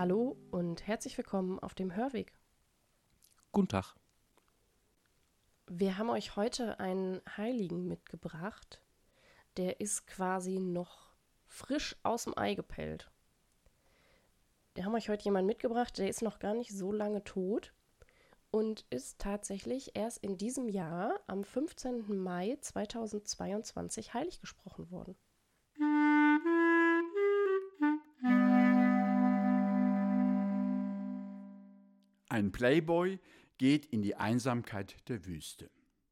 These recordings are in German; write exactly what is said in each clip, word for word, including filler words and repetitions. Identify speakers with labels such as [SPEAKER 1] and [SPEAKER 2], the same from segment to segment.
[SPEAKER 1] Hallo und herzlich willkommen auf dem Hörweg.
[SPEAKER 2] Guten Tag.
[SPEAKER 1] Wir haben euch heute einen Heiligen mitgebracht. Der ist quasi noch frisch aus dem Ei gepellt. Wir haben euch heute jemanden mitgebracht, der ist noch gar nicht so lange tot und ist tatsächlich erst in diesem Jahr am fünfzehnten Mai zweitausendzweiundzwanzig heilig gesprochen worden.
[SPEAKER 3] Ein Playboy geht in die Einsamkeit der Wüste.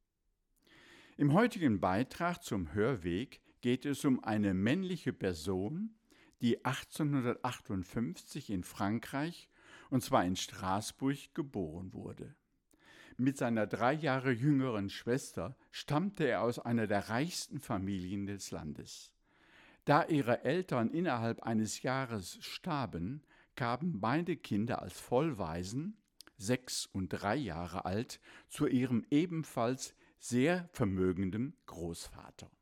[SPEAKER 3] Im heutigen Beitrag zum Hörweg geht es um eine männliche Person, die achtzehnhundertachtundfünfzig in Frankreich, und zwar in Straßburg, geboren wurde. Mit seiner drei Jahre jüngeren Schwester stammte er aus einer der reichsten Familien des Landes. Da ihre Eltern innerhalb eines Jahres starben, kamen beide Kinder als Vollwaisen, sechs und drei Jahre alt, zu ihrem ebenfalls sehr vermögenden Großvater.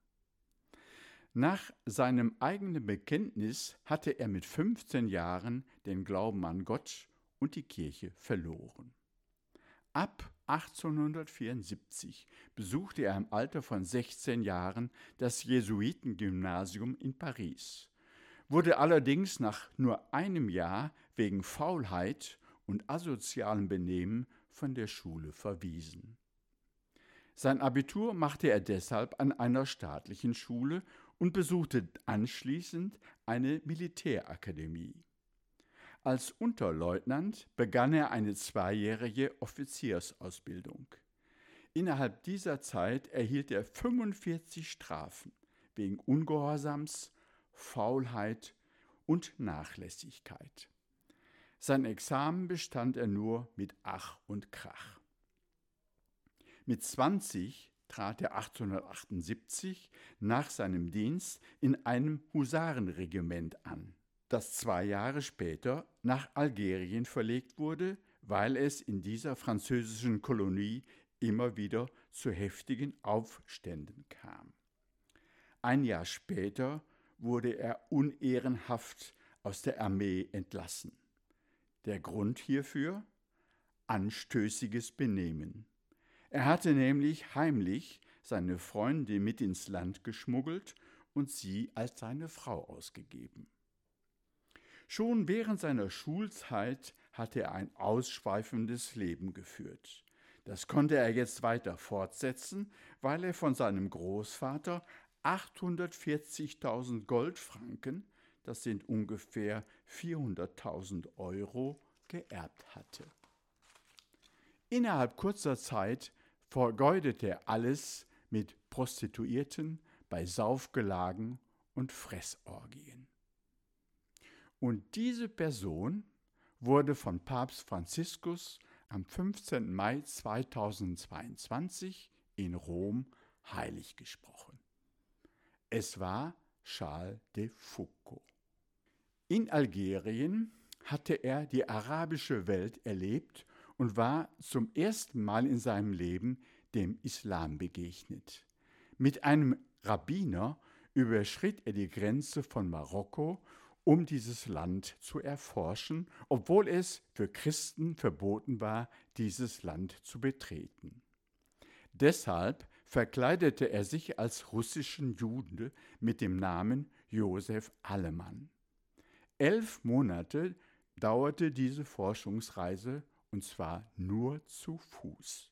[SPEAKER 3] Nach seinem eigenen Bekenntnis hatte er mit fünfzehn Jahren den Glauben an Gott und die Kirche verloren. Ab achtzehnhundertvierundsiebzig besuchte er im Alter von sechzehn Jahren das Jesuitengymnasium in Paris, wurde allerdings nach nur einem Jahr wegen Faulheit und asozialem Benehmen von der Schule verwiesen. Sein Abitur machte er deshalb an einer staatlichen Schule und besuchte anschließend eine Militärakademie. Als Unterleutnant begann er eine zweijährige Offiziersausbildung. Innerhalb dieser Zeit erhielt er fünfundvierzig Strafen wegen Ungehorsams, Faulheit und Nachlässigkeit. Sein Examen bestand er nur mit Ach und Krach. Mit zwanzig trat er achtzehnhundertachtundsiebzig nach seinem Dienst in einem Husarenregiment an, das zwei Jahre später nach Algerien verlegt wurde, weil es in dieser französischen Kolonie immer wieder zu heftigen Aufständen kam. Ein Jahr später wurde er unehrenhaft aus der Armee entlassen. Der Grund hierfür? Anstößiges Benehmen. Er hatte nämlich heimlich seine Freundin mit ins Land geschmuggelt und sie als seine Frau ausgegeben. Schon während seiner Schulzeit hatte er ein ausschweifendes Leben geführt. Das konnte er jetzt weiter fortsetzen, weil er von seinem Großvater achthundertvierzigtausend Goldfranken, das sind ungefähr vierhunderttausend Euro, geerbt hatte. Innerhalb kurzer Zeit vergeudete er alles mit Prostituierten, bei Saufgelagen und Fressorgien. Und diese Person wurde von Papst Franziskus am fünfzehnten Mai zweitausendzweiundzwanzig in Rom heilig gesprochen. Es war Charles de Foucauld. In Algerien hatte er die arabische Welt erlebt und war zum ersten Mal in seinem Leben dem Islam begegnet. Mit einem Rabbiner überschritt er die Grenze von Marokko, um dieses Land zu erforschen, obwohl es für Christen verboten war, dieses Land zu betreten. Deshalb verkleidete er sich als russischen Jude mit dem Namen Josef Allemann. Elf Monate dauerte diese Forschungsreise, und zwar nur zu Fuß.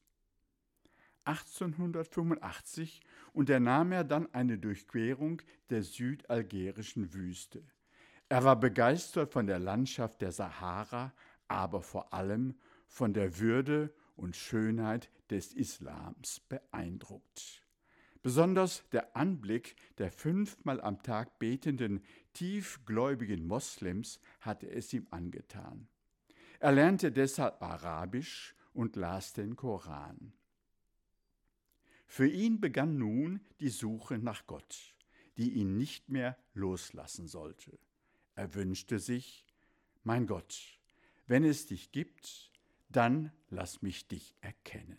[SPEAKER 3] achtzehnhundertfünfundachtzig unternahm er dann eine Durchquerung der südalgerischen Wüste. Er war begeistert von der Landschaft der Sahara, aber vor allem von der Würde und Schönheit des Islams beeindruckt. Besonders der Anblick der fünfmal am Tag betenden, tiefgläubigen Moslems hatte es ihm angetan. Er lernte deshalb Arabisch und las den Koran. Für ihn begann nun die Suche nach Gott, die ihn nicht mehr loslassen sollte. Er wünschte sich: Mein Gott, wenn es dich gibt, dann lass mich dich erkennen.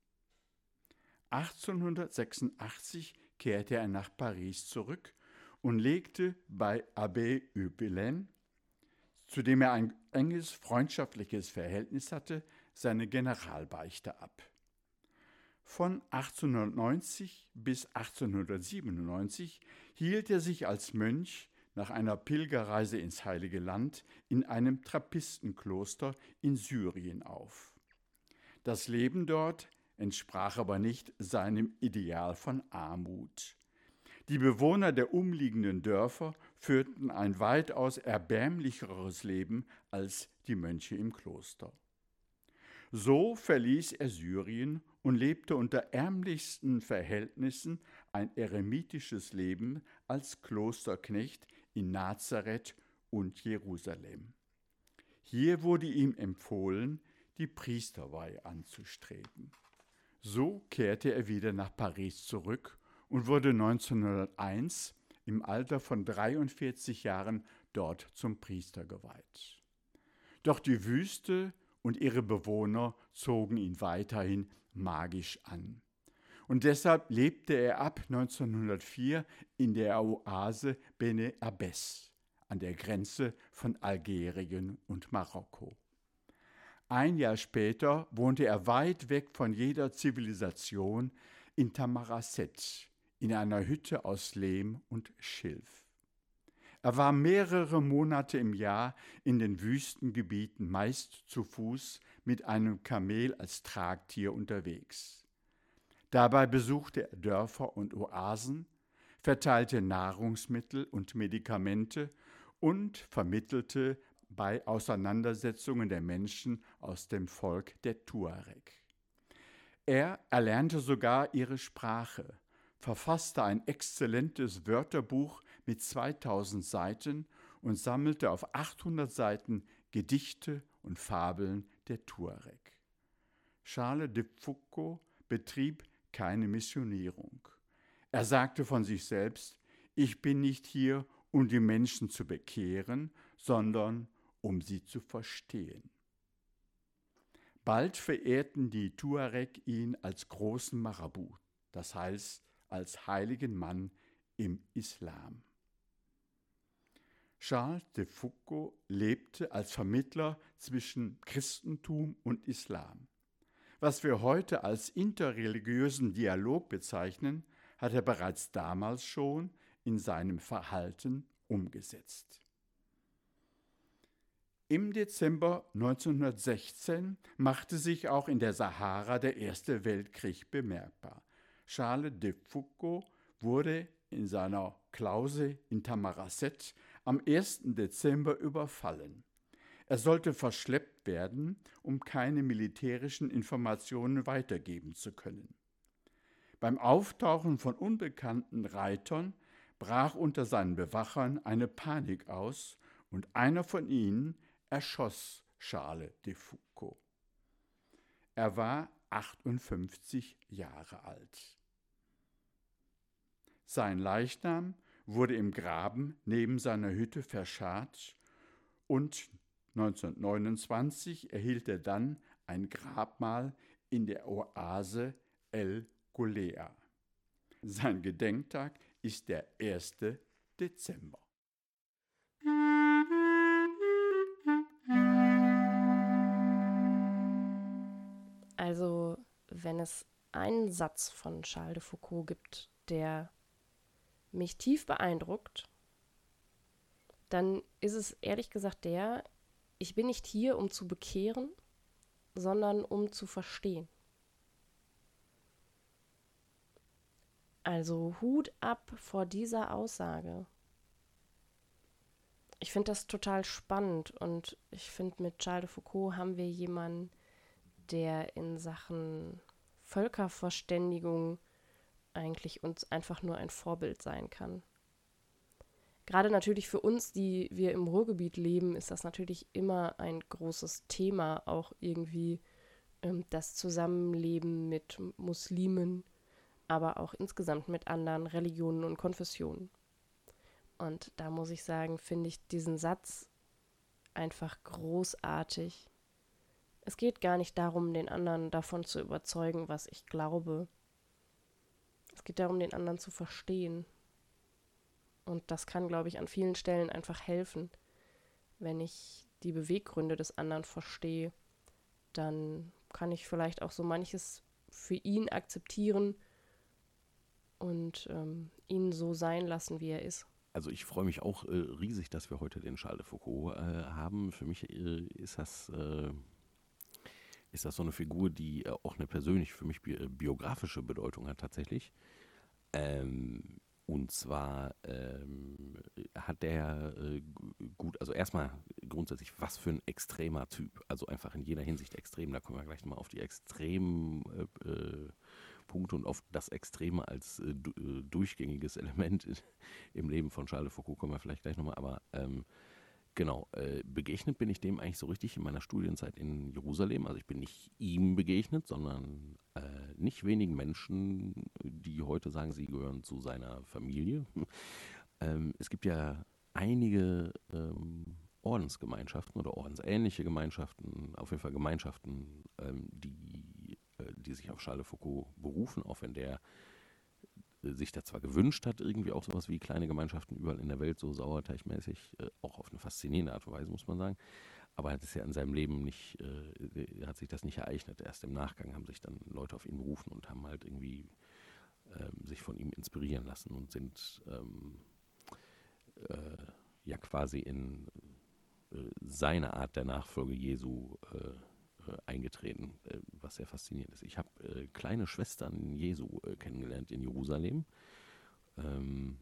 [SPEAKER 3] achtzehnhundertsechsundachtzig kehrte er nach Paris zurück und legte bei Abbé Hupelain zu dem er ein enges freundschaftliches Verhältnis hatte, seine Generalbeichte ab. Von achtzehnhundertneunzig bis achtzehnhundertsiebenundneunzig hielt er sich als Mönch nach einer Pilgerreise ins Heilige Land in einem Trappistenkloster in Syrien auf. Das Leben dort entsprach aber nicht seinem Ideal von Armut. Die Bewohner der umliegenden Dörfer führten ein weitaus erbärmlicheres Leben als die Mönche im Kloster. So verließ er Syrien und lebte unter ärmlichsten Verhältnissen ein eremitisches Leben als Klosterknecht in Nazareth und Jerusalem. Hier wurde ihm empfohlen, die Priesterweihe anzustreben. So kehrte er wieder nach Paris zurück und wurde neunzehnhunderteins im Alter von dreiundvierzig Jahren dort zum Priester geweiht. Doch die Wüste und ihre Bewohner zogen ihn weiterhin magisch an. Und deshalb lebte er ab neunzehnhundertvier in der Oase Bene Abbes an der Grenze von Algerien und Marokko. Ein Jahr später wohnte er weit weg von jeder Zivilisation in Tamarasset, in einer Hütte aus Lehm und Schilf. Er war mehrere Monate im Jahr in den Wüstengebieten, meist zu Fuß, mit einem Kamel als Tragtier unterwegs. Dabei besuchte er Dörfer und Oasen, verteilte Nahrungsmittel und Medikamente und vermittelte bei Auseinandersetzungen der Menschen aus dem Volk der Tuareg. Er erlernte sogar ihre Sprache, verfasste ein exzellentes Wörterbuch mit zweitausend Seiten und sammelte auf achthundert Seiten Gedichte und Fabeln der Tuareg. Charles de Foucauld betrieb keine Missionierung. Er sagte von sich selbst: Ich bin nicht hier, um die Menschen zu bekehren, sondern um sie zu verstehen. Bald verehrten die Tuareg ihn als großen Marabout, das heißt als heiligen Mann im Islam. Charles de Foucauld lebte als Vermittler zwischen Christentum und Islam. Was wir heute als interreligiösen Dialog bezeichnen, hat er bereits damals schon in seinem Verhalten umgesetzt. Im Dezember neunzehnhundertsechzehn machte sich auch in der Sahara der Erste Weltkrieg bemerkbar. Charles de Foucauld wurde in seiner Klause in Tamarasset am ersten Dezember überfallen. Er sollte verschleppt werden, um keine militärischen Informationen weitergeben zu können. Beim Auftauchen von unbekannten Reitern brach unter seinen Bewachern eine Panik aus und einer von ihnen erschoss Charles de Foucauld. Er war achtundfünfzig Jahre alt. Sein Leichnam wurde im Graben neben seiner Hütte verscharrt und neunzehnhundertneunundzwanzig erhielt er dann ein Grabmal in der Oase El Golea. Sein Gedenktag ist der erste Dezember.
[SPEAKER 1] Also, wenn es einen Satz von Charles de Foucauld gibt, der mich tief beeindruckt, dann ist es ehrlich gesagt der: Ich bin nicht hier, um zu bekehren, sondern um zu verstehen. Also Hut ab vor dieser Aussage. Ich finde das total spannend und ich finde, mit Charles de Foucauld haben wir jemanden, der in Sachen Völkerverständigung eigentlich uns einfach nur ein Vorbild sein kann. Gerade natürlich für uns, die wir im Ruhrgebiet leben, ist das natürlich immer ein großes Thema, auch irgendwie ähm, das Zusammenleben mit Muslimen, aber auch insgesamt mit anderen Religionen und Konfessionen. Und da muss ich sagen, finde ich diesen Satz einfach großartig. Es geht gar nicht darum, den anderen davon zu überzeugen, was ich glaube. Es geht darum, den anderen zu verstehen. Und das kann, glaube ich, an vielen Stellen einfach helfen, wenn ich die Beweggründe des anderen verstehe, dann kann ich vielleicht auch so manches für ihn akzeptieren und ähm, ihn so sein lassen, wie er ist.
[SPEAKER 2] Also ich freue mich auch äh, riesig, dass wir heute den Charles de Foucault äh, haben. Für mich äh, ist das äh, ist das so eine Figur, die äh, auch eine persönlich für mich bi äh, biografische Bedeutung hat tatsächlich. Ähm, und zwar ähm, hat der äh, gut, also erstmal grundsätzlich, was für ein extremer Typ. Also einfach in jeder Hinsicht extrem. Da kommen wir gleich mal auf die extremen äh, äh, Punkte und auf das Extreme als äh, du, äh, durchgängiges Element in, im Leben von Charles de Foucault kommen wir vielleicht gleich nochmal. Aber ähm, genau, äh, begegnet bin ich dem eigentlich so richtig in meiner Studienzeit in Jerusalem. Also ich bin nicht ihm begegnet, sondern äh, nicht wenigen Menschen, die heute sagen, sie gehören zu seiner Familie. ähm, es gibt ja einige ähm, Ordensgemeinschaften oder ordensähnliche Gemeinschaften, auf jeden Fall Gemeinschaften, ähm, die, äh, die sich auf Charles de Foucault berufen, auch wenn der sich da zwar gewünscht hat, irgendwie auch sowas wie kleine Gemeinschaften überall in der Welt, so sauerteigmäßig, äh, auch auf eine faszinierende Art und Weise, muss man sagen. Aber er hat es ja in seinem Leben nicht, äh, hat sich das nicht ereignet. Erst im Nachgang haben sich dann Leute auf ihn berufen und haben halt irgendwie ähm, sich von ihm inspirieren lassen und sind ähm, äh, ja quasi in äh, seine Art der Nachfolge Jesu äh, äh, eingetreten, äh, was sehr faszinierend ist. Ich habe äh, kleine Schwestern Jesu äh, kennengelernt in Jerusalem. Ähm,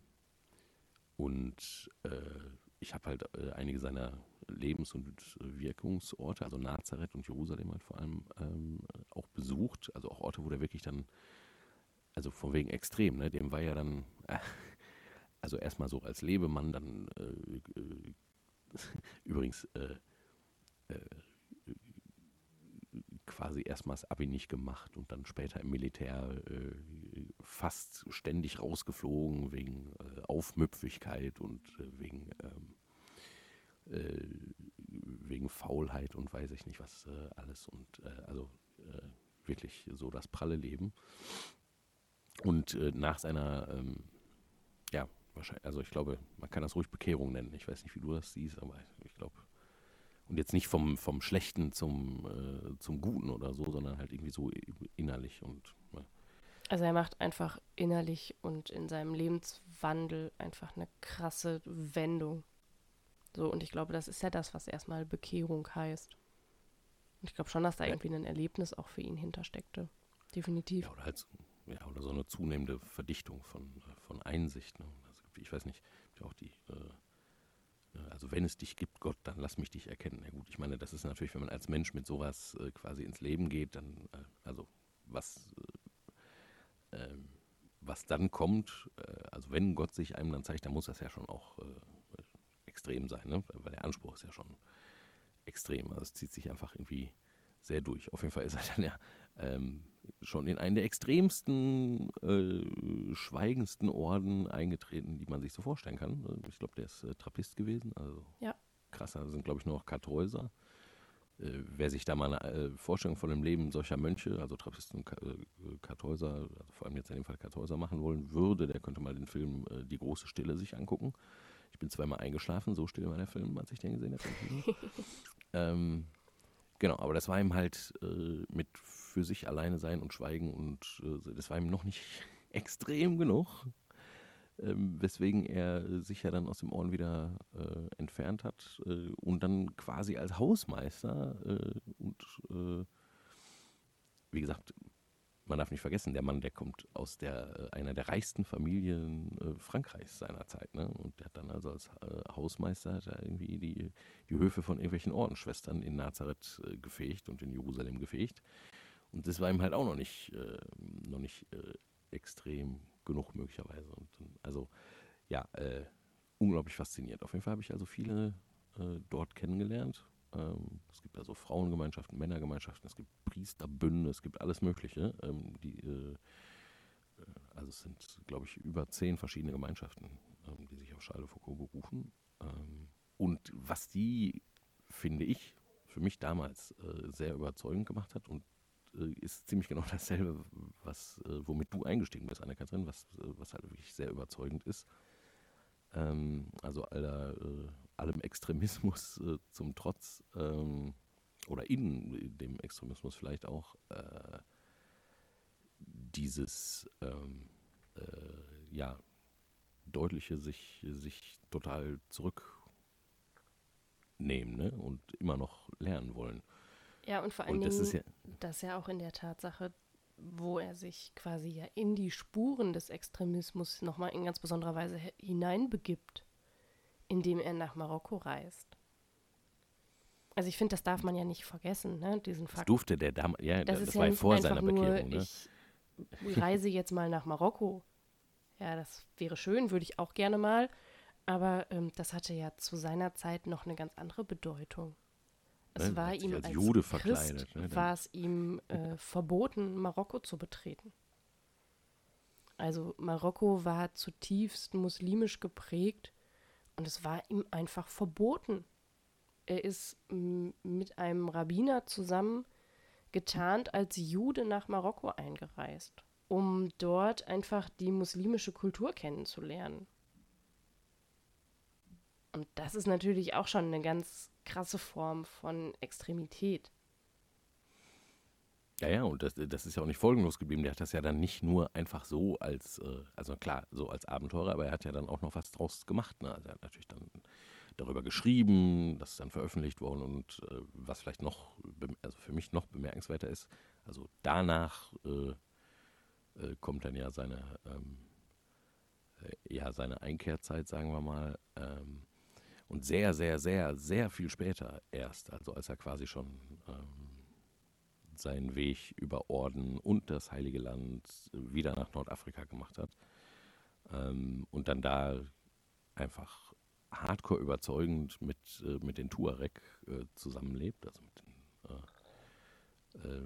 [SPEAKER 2] und äh, ich habe halt äh, einige seiner Lebens- und Wirkungsorte, also Nazareth und Jerusalem halt vor allem, ähm, auch besucht. Also auch Orte, wo der wirklich dann, also von wegen extrem, ne? Dem war ja dann, äh, also erstmal so als Lebemann, dann äh, äh, übrigens äh, äh, quasi erstmal das Abi nicht gemacht und dann später im Militär äh, fast ständig rausgeflogen wegen äh, Aufmüpfigkeit und äh, wegen, ähm, äh, wegen Faulheit und weiß ich nicht was äh, alles. Und äh, also äh, wirklich so das pralle Leben. Und äh, nach seiner, ähm, ja, wahrscheinlich, also ich glaube, man kann das ruhig Bekehrung nennen. Ich weiß nicht, wie du das siehst, aber ich glaube, und jetzt nicht vom, vom Schlechten zum, äh, zum Guten oder so, sondern halt irgendwie so innerlich und ja.
[SPEAKER 1] Also er macht einfach innerlich und in seinem Lebenswandel einfach eine krasse Wendung. So, und ich glaube, das ist ja das, was erstmal Bekehrung heißt. Und ich glaube schon, dass da
[SPEAKER 2] Ja.
[SPEAKER 1] irgendwie ein Erlebnis auch für ihn hintersteckte. Definitiv.
[SPEAKER 2] Ja, oder halt, ja, oder so eine zunehmende Verdichtung von, von Einsicht. Ne? Also ich weiß nicht, auch die, äh, also wenn es dich gibt, Gott, dann lass mich dich erkennen. Ja gut, ich meine, das ist natürlich, wenn man als Mensch mit sowas äh, quasi ins Leben geht, dann, äh, also was, äh, ähm, was dann kommt, äh, also wenn Gott sich einem dann zeigt, dann muss das ja schon auch äh, extrem sein, ne? Weil der Anspruch ist ja schon extrem. Also es zieht sich einfach irgendwie sehr durch. Auf jeden Fall ist er dann ja ähm, schon in einen der extremsten, äh, schweigendsten Orden eingetreten, die man sich so vorstellen kann. Ich glaube, der ist äh, Trappist gewesen. Also
[SPEAKER 1] Ja.
[SPEAKER 2] krasser sind, glaube ich, nur noch Kartäuser. Äh, wer sich da mal eine äh, Vorstellung von dem Leben solcher Mönche, also Trappisten und Ka äh, Kartäuser, also vor allem jetzt in dem Fall Kartäuser machen wollen würde, der könnte mal den Film äh, Die große Stille sich angucken. Ich bin zweimal eingeschlafen, so still war der Film, als ich den gesehen habe. ähm, genau, aber das war ihm halt äh, mit für sich alleine sein und schweigen und äh, das war ihm noch nicht extrem genug, ähm, weswegen er sich ja dann aus dem Orden wieder äh, entfernt hat äh, und dann quasi als Hausmeister äh, und äh, wie gesagt, man darf nicht vergessen, der Mann, der kommt aus der, äh, einer der reichsten Familien äh, Frankreichs seiner Zeit. Ne? Und der hat dann also als äh, Hausmeister hat er irgendwie die, die Höfe von irgendwelchen Ordensschwestern in Nazareth äh, gefegt und in Jerusalem gefegt. Und das war ihm halt auch noch nicht, äh, noch nicht äh, extrem genug möglicherweise. Und dann, also ja, äh, unglaublich fasziniert. Auf jeden Fall habe ich also viele äh, dort kennengelernt. Ähm, es gibt also Frauengemeinschaften, Männergemeinschaften, es gibt Priesterbünde, es gibt alles Mögliche. Ähm, die, äh, also es sind, glaube ich, über zehn verschiedene Gemeinschaften, ähm, die sich auf Charles de Foucault berufen. Ähm, und was die, finde ich, für mich damals äh, sehr überzeugend gemacht hat und äh, ist ziemlich genau dasselbe, was, äh, womit du eingestiegen bist, Anne-Kathrin, was, äh, was halt wirklich sehr überzeugend ist. Ähm, also aller, äh, allem Extremismus äh, zum Trotz ähm, oder in dem Extremismus vielleicht auch äh, dieses ähm, äh, ja, deutliche sich, sich total zurücknehmen, ne? Und immer noch lernen wollen.
[SPEAKER 1] Ja, und vor allen
[SPEAKER 2] Und das ist
[SPEAKER 1] Dingen,
[SPEAKER 2] ja,
[SPEAKER 1] das ja auch in der Tatsache, wo er sich quasi ja in die Spuren des Extremismus nochmal in ganz besonderer Weise he- hineinbegibt, indem er nach Marokko reist. Also ich finde, das darf man ja nicht vergessen, ne, diesen
[SPEAKER 2] das
[SPEAKER 1] Fakt.
[SPEAKER 2] durfte der damals, ja,
[SPEAKER 1] Das
[SPEAKER 2] das,
[SPEAKER 1] ist
[SPEAKER 2] war
[SPEAKER 1] ja
[SPEAKER 2] ja
[SPEAKER 1] nicht
[SPEAKER 2] vor
[SPEAKER 1] einfach
[SPEAKER 2] seiner
[SPEAKER 1] nur,
[SPEAKER 2] Bekehrung, ne?
[SPEAKER 1] ich reise jetzt mal nach Marokko. Ja, das wäre schön, würde ich auch gerne mal. Aber ähm, das hatte ja zu seiner Zeit noch eine ganz andere Bedeutung. Es
[SPEAKER 2] Ne?
[SPEAKER 1] war
[SPEAKER 2] Hat sich
[SPEAKER 1] ihm
[SPEAKER 2] als
[SPEAKER 1] als
[SPEAKER 2] Jude
[SPEAKER 1] Christ,
[SPEAKER 2] verkleidet, ne? Dann,
[SPEAKER 1] war es ihm äh, verboten, Marokko zu betreten. Also Marokko war zutiefst muslimisch geprägt und es war ihm einfach verboten. Er ist m, mit einem Rabbiner zusammen getarnt als Jude nach Marokko eingereist, um dort einfach die muslimische Kultur kennenzulernen. Und das ist natürlich auch schon eine ganz krasse Form von Extremität.
[SPEAKER 2] ja, ja, und das, das ist ja auch nicht folgenlos geblieben. Der hat das ja dann nicht nur einfach so als, äh, also klar, so als Abenteurer, aber er hat ja dann auch noch was draus gemacht. Ne? Also er hat natürlich dann darüber geschrieben, das ist dann veröffentlicht worden und äh, was vielleicht noch, bem- also für mich noch bemerkenswerter ist, also danach äh, äh, kommt dann ja seine, ähm, äh, ja, seine Einkehrzeit, sagen wir mal, ähm, und sehr, sehr, sehr, sehr viel später erst, also als er quasi schon ähm, seinen Weg über Orden und das Heilige Land wieder nach Nordafrika gemacht hat ähm, und dann da einfach hardcore überzeugend mit, äh, mit den Tuareg äh, zusammenlebt, also mit den, äh, äh,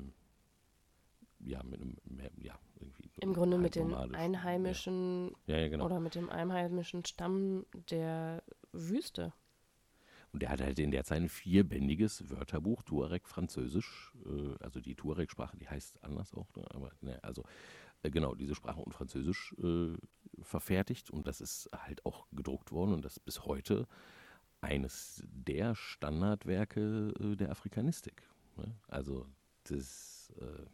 [SPEAKER 2] ja, mit einem, mehr- ja, irgendwie
[SPEAKER 1] Im Grunde mit
[SPEAKER 2] halb
[SPEAKER 1] den
[SPEAKER 2] nomadischen,
[SPEAKER 1] einheimischen
[SPEAKER 2] ja, ja, ja, genau.
[SPEAKER 1] oder mit dem einheimischen Stamm der Wüste.
[SPEAKER 2] Und der hat halt in der Zeit ein vierbändiges Wörterbuch, Tuareg Französisch, äh, also die Tuareg-Sprache, die heißt anders auch, ne? Aber ne, also äh, genau, diese Sprache und Französisch äh, verfertigt und das ist halt auch gedruckt worden und das ist bis heute eines der Standardwerke äh, der Afrikanistik. Ne? Also das, äh,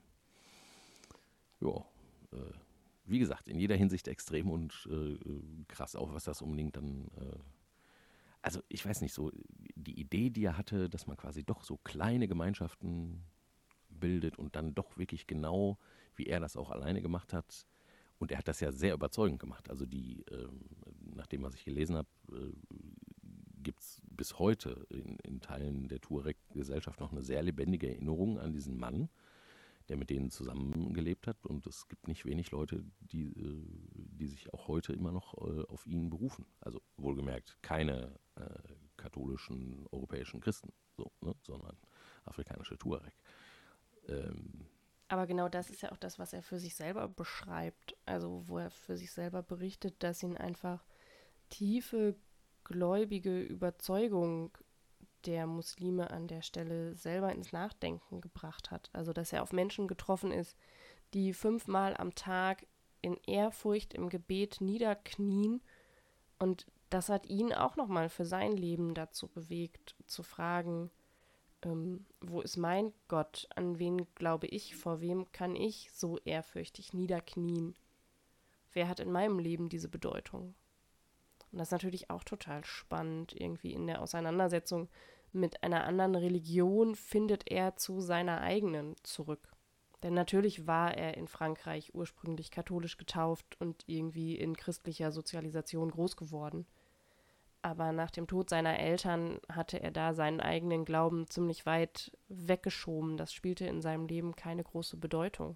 [SPEAKER 2] ja, äh, wie gesagt, in jeder Hinsicht extrem und äh, krass, auch was das unbedingt dann äh, also ich weiß nicht, so die Idee, die er hatte, dass man quasi doch so kleine Gemeinschaften bildet und dann doch wirklich genau, wie er das auch alleine gemacht hat. Und er hat das ja sehr überzeugend gemacht. Also die, ähm, nach dem, was ich gelesen habe, äh, gibt es bis heute in, in Teilen der Tuareg-Gesellschaft noch eine sehr lebendige Erinnerung an diesen Mann, der mit denen zusammengelebt hat. Und es gibt nicht wenig Leute, die, äh, die sich auch heute immer noch äh, auf ihn berufen. Also wohlgemerkt keine äh, katholischen europäischen Christen, so, ne, sondern afrikanische Tuareg. Ähm,
[SPEAKER 1] Aber genau das ist ja auch das, was er für sich selber beschreibt. Also wo er für sich selber berichtet, dass ihn einfach tiefe gläubige Überzeugung der Muslime an der Stelle selber ins Nachdenken gebracht hat. Also dass er auf Menschen getroffen ist, die fünfmal am Tag in Ehrfurcht im Gebet niederknien. Und das hat ihn auch nochmal für sein Leben dazu bewegt, zu fragen, ähm, wo ist mein Gott? An wen glaube ich? Vor wem kann ich so ehrfürchtig niederknien? Wer hat in meinem Leben diese Bedeutung? Und das ist natürlich auch total spannend. Irgendwie in der Auseinandersetzung mit einer anderen Religion findet er zu seiner eigenen zurück. Denn natürlich war er in Frankreich ursprünglich katholisch getauft und irgendwie in christlicher Sozialisation groß geworden. Aber nach dem Tod seiner Eltern hatte er da seinen eigenen Glauben ziemlich weit weggeschoben. Das spielte in seinem Leben keine große Bedeutung.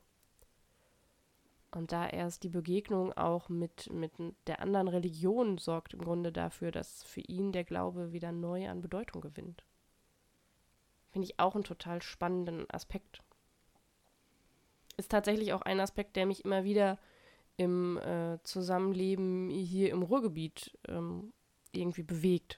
[SPEAKER 1] Und da erst die Begegnung auch mit, mit der anderen Religion sorgt im Grunde dafür, dass für ihn der Glaube wieder neu an Bedeutung gewinnt. Finde ich auch einen total spannenden Aspekt. Ist tatsächlich auch ein Aspekt, der mich immer wieder im äh, Zusammenleben hier im Ruhrgebiet ähm, irgendwie bewegt.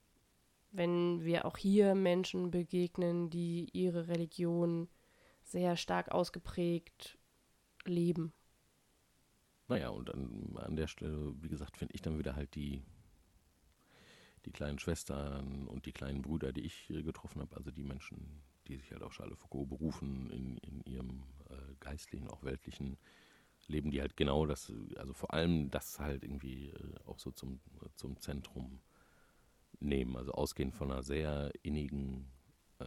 [SPEAKER 1] Wenn wir auch hier Menschen begegnen, die ihre Religion sehr stark ausgeprägt leben.
[SPEAKER 2] naja, und an, an der Stelle, wie gesagt, finde ich dann wieder halt die, die kleinen Schwestern und die kleinen Brüder, die ich äh, getroffen habe, also die Menschen, die sich halt auf Charles de Foucault berufen in, in ihrem äh, geistlichen, auch weltlichen Leben, die halt genau das, also vor allem das halt irgendwie äh, auch so zum, zum Zentrum nehmen. Also ausgehend von einer sehr innigen äh,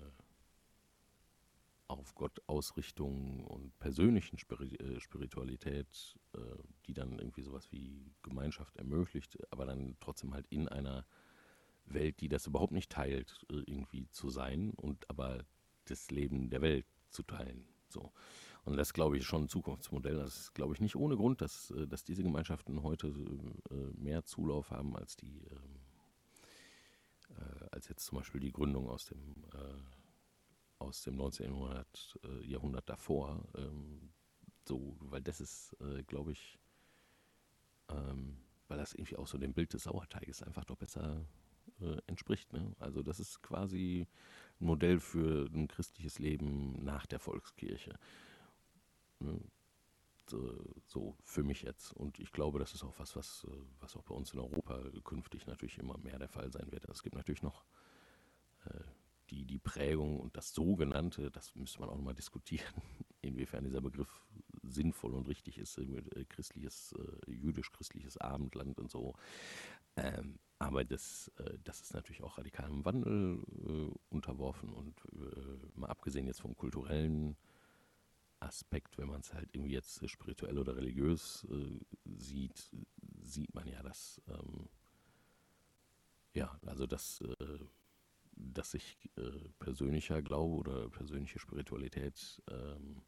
[SPEAKER 2] auf Gott Ausrichtung und persönlichen Spiri äh, Spiritualität, äh, die dann irgendwie sowas wie Gemeinschaft ermöglicht, aber dann trotzdem halt in einer Welt, die das überhaupt nicht teilt, äh, irgendwie zu sein und aber das Leben der Welt zu teilen. So. Und das, glaube ich, ist schon ein Zukunftsmodell. Das ist, glaube ich, nicht ohne Grund, dass, äh, dass diese Gemeinschaften heute äh, mehr Zulauf haben als die, ähm, äh, als jetzt zum Beispiel die Gründung aus dem äh, aus dem neunzehnten Jahrhundert davor. Ähm, so, weil das ist, äh, glaube ich, ähm, weil das irgendwie auch so dem Bild des Sauerteiges einfach doch besser äh, entspricht. Ne? Also das ist quasi ein Modell für ein christliches Leben nach der Volkskirche. Ne? So, so für mich jetzt. Und ich glaube, das ist auch was, was, was auch bei uns in Europa künftig natürlich immer mehr der Fall sein wird. Es gibt natürlich noch äh, Die, die Prägung und das Sogenannte, das müsste man auch nochmal diskutieren, inwiefern dieser Begriff sinnvoll und richtig ist, äh, christliches, äh, jüdisch-christliches Abendland und so. Ähm, aber das, äh, das ist natürlich auch radikalem Wandel äh, unterworfen und äh, mal abgesehen jetzt vom kulturellen Aspekt, wenn man es halt irgendwie jetzt spirituell oder religiös äh, sieht, sieht man ja, dass ähm, ja, also das äh, dass sich äh, persönlicher Glaube oder persönliche Spiritualität, ähm,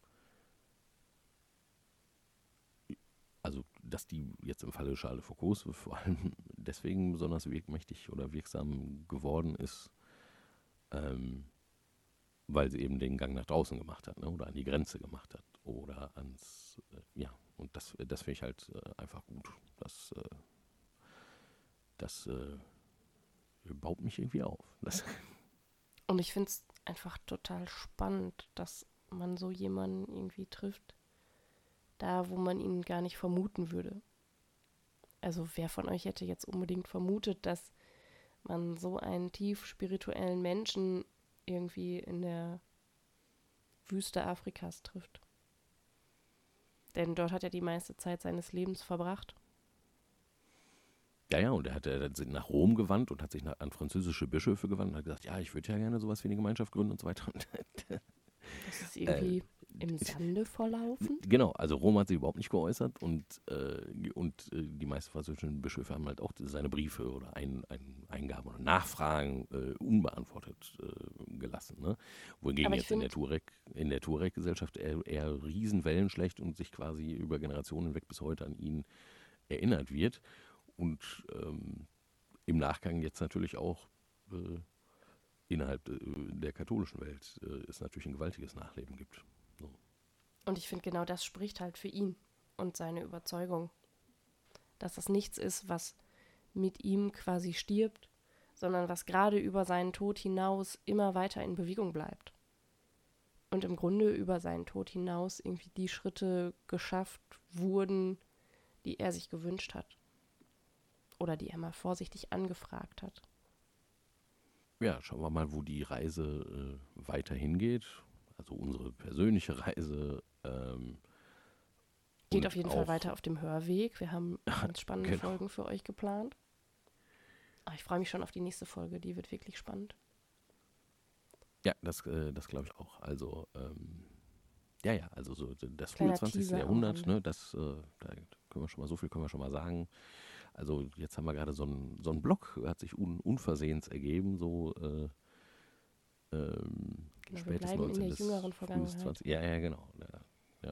[SPEAKER 2] also dass die jetzt im Falle Charles de Foucaults vor allem deswegen besonders wirkmächtig oder wirksam geworden ist, ähm, weil sie eben den Gang nach draußen gemacht hat, ne, oder an die Grenze gemacht hat oder ans, äh, ja, und das, das finde ich halt äh, einfach gut. Das, äh, das äh, baut mich irgendwie auf. Das
[SPEAKER 1] Und ich finde es einfach total spannend, dass man so jemanden irgendwie trifft, da wo man ihn gar nicht vermuten würde. Also wer von euch hätte jetzt unbedingt vermutet, dass man so einen tief spirituellen Menschen irgendwie in der Wüste Afrikas trifft? Denn dort hat er die meiste Zeit seines Lebens verbracht.
[SPEAKER 2] Ja, ja, und er hat, er hat sich nach Rom gewandt und hat sich nach, an französische Bischöfe gewandt und hat gesagt, ja, ich würde ja gerne sowas wie eine Gemeinschaft gründen und so weiter. Und
[SPEAKER 1] Das ist irgendwie äh, im Sande verlaufen.
[SPEAKER 2] Genau, also Rom hat sich überhaupt nicht geäußert und, äh, und äh, die meisten französischen Bischöfe haben halt auch seine Briefe oder ein, ein Eingaben oder Nachfragen äh, unbeantwortet äh, gelassen. Ne? Wohingegen jetzt in der, Turek, in der Turek-Gesellschaft eher, eher Riesenwellen schlägt und sich quasi über Generationen hinweg bis heute an ihn erinnert wird. Und ähm, im Nachgang jetzt natürlich auch äh, innerhalb äh, der katholischen Welt äh, es natürlich ein gewaltiges Nachleben gibt. So.
[SPEAKER 1] Und ich finde, genau das spricht halt für ihn und seine Überzeugung, dass das nichts ist, was mit ihm quasi stirbt, sondern was gerade über seinen Tod hinaus immer weiter in Bewegung bleibt. Und im Grunde über seinen Tod hinaus irgendwie die Schritte geschafft wurden, die er sich gewünscht hat. Oder die er mal vorsichtig angefragt hat.
[SPEAKER 2] Ja, schauen wir mal, wo die Reise äh, weiter hingeht. Also unsere persönliche Reise. Ähm,
[SPEAKER 1] Geht auf jeden Fall weiter auf dem Hörweg. Wir haben ganz spannende genau. Folgen für euch geplant. Aber ich freue mich schon auf die nächste Folge. Die wird wirklich spannend.
[SPEAKER 2] Ja, das, äh, das glaube ich auch. Also, ähm, ja, ja, also so das frühe zwanzigste Jahrhundert, ne, das, äh, da können wir schon mal, so viel können wir schon mal sagen. Also jetzt haben wir gerade so einen so einen Block, hat sich un, unversehens ergeben, so äh, ähm,
[SPEAKER 1] genau,
[SPEAKER 2] spätes
[SPEAKER 1] wir bleiben
[SPEAKER 2] neunzehnten.
[SPEAKER 1] in der jüngeren Vergangenheit.
[SPEAKER 2] zwanzigste. Ja, ja, genau. Ja,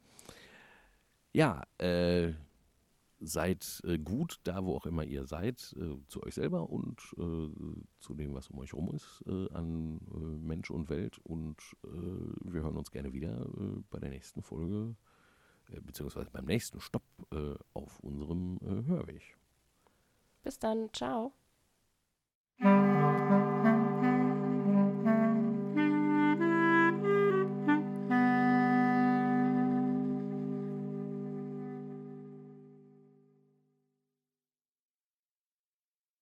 [SPEAKER 2] ja. ja äh, seid äh, gut da, wo auch immer ihr seid, äh, zu euch selber und äh, zu dem, was um euch rum ist, äh, an äh, Mensch und Welt. Und äh, wir hören uns gerne wieder äh, bei der nächsten Folge, äh, beziehungsweise beim nächsten Stopp äh, auf unserem äh, Hörweg.
[SPEAKER 1] Bis dann, ciao.